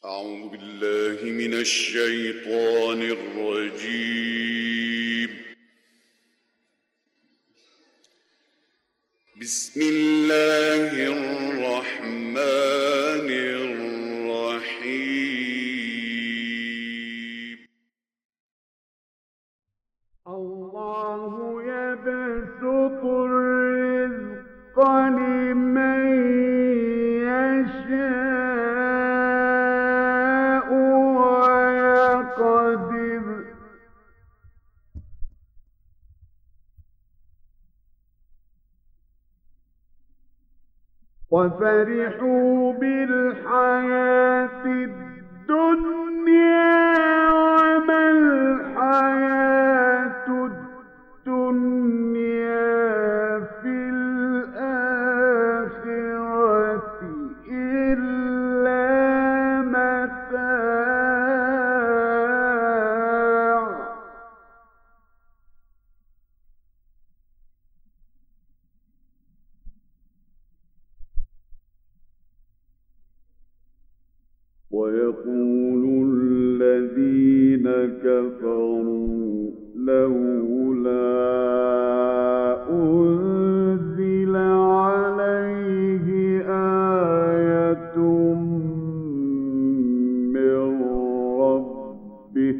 أعوذ بالله من الشيطان الرجيم. بسم الله الرحمن الرحيم. الله يبسط الرزق لمن يشاء ويقدر وفرحوا بالحياة الدنيا وما الحياة الدنيا في الآخرة إلا متاع. ويقول الذين كفروا لولا أنزل عليه آية من ربه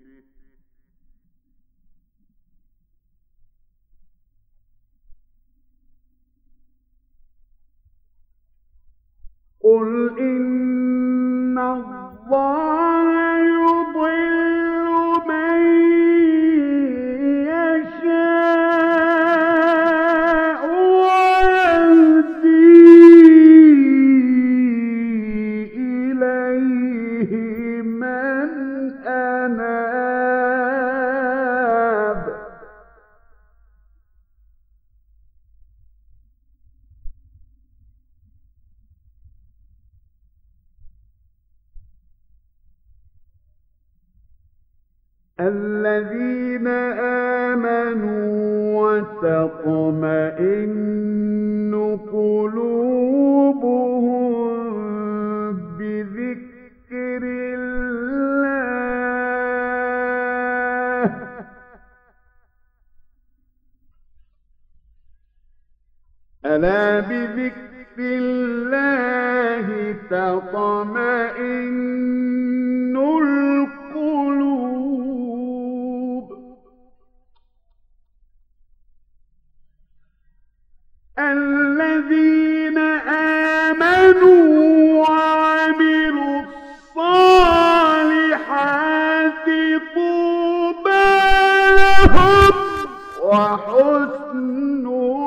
قل إن الله يضل من يشاء ويهدي إليه من أناب. الذين آمنوا وتطمئن قلوبهم بذكر الله ألا بذكر الله تطمئن القلوب. الذين آمنوا وعملوا الصالحات طوبى لهم وحسن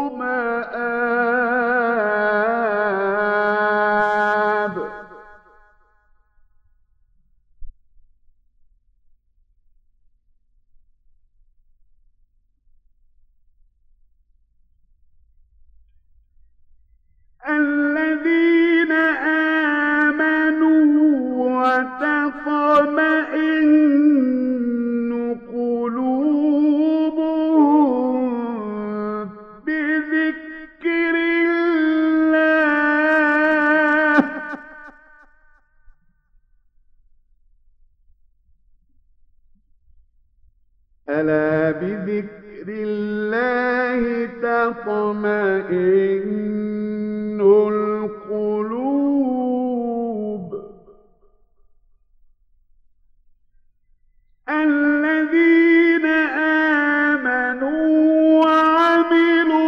مآب. الذين آمنوا وتطمئن قلوبهم بذكر الله ألا بذكر الله تطمئن القلوب. الذين آمنوا وعملوا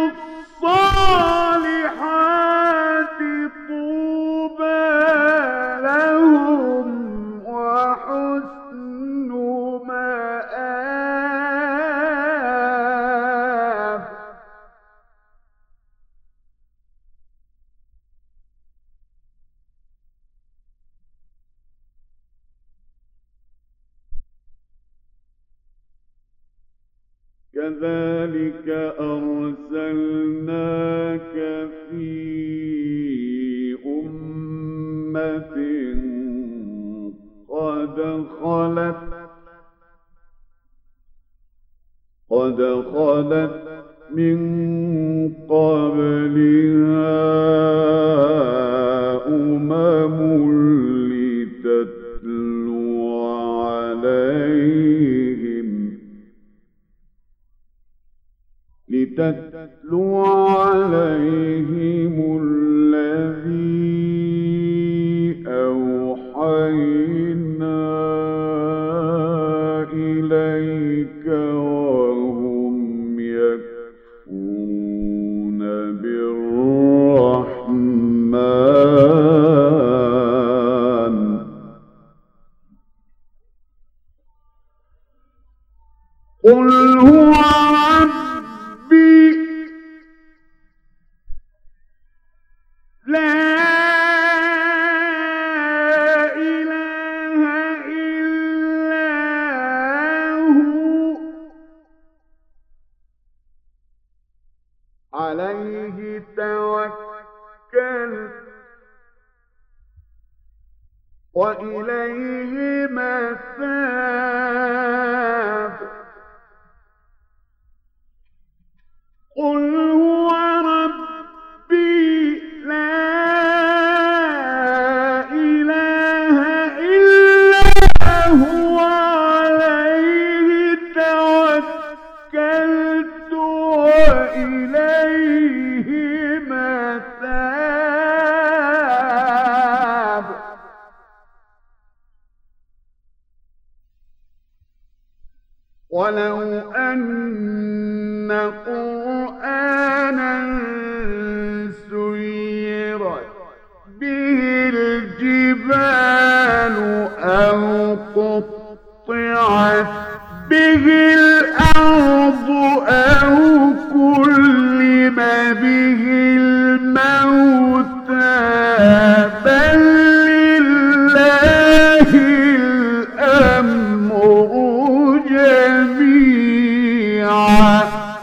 الصالحات طوبى لهم وحسن مآب. كذلك أرسلناك في أمة قد خلت من قبلها أمم لتتبع تتلو عليهم الذي أوحينا إليك وهم يكفرون بالرحمن قل هو ربي لا إله إلا هو عليه توكلت وإليه متاب قل هو ربي لا إله إلا هو عليه توكلت وإليه متاب ولو أن قرآنا سيرت به الجبال أو قطعت به الأرض أو كلم به الموتى بل لله الأمر جميعا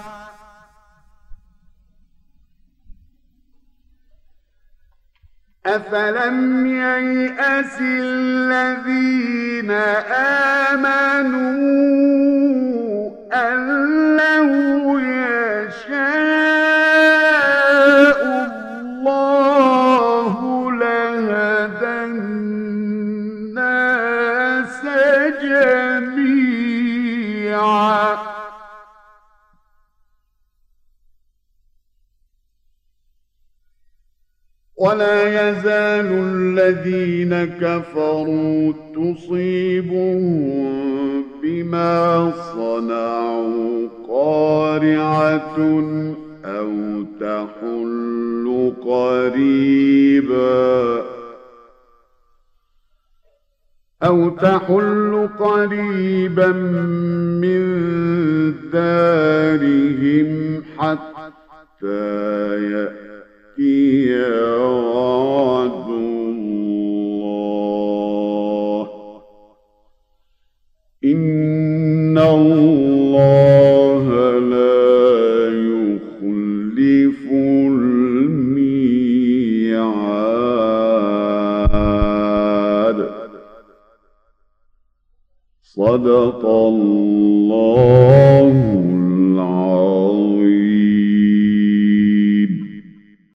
أفلم ييأس الذين آمنوا أن لو يشاء الله لهدى الناس جميعا ولا يزال الذين كفروا تصيبهم بما صنعوا قارعة أو تحل قريبا من دارهم حتى يأتي وعد الله إن الله لا يخلف الميعاد صدق الله العظيم.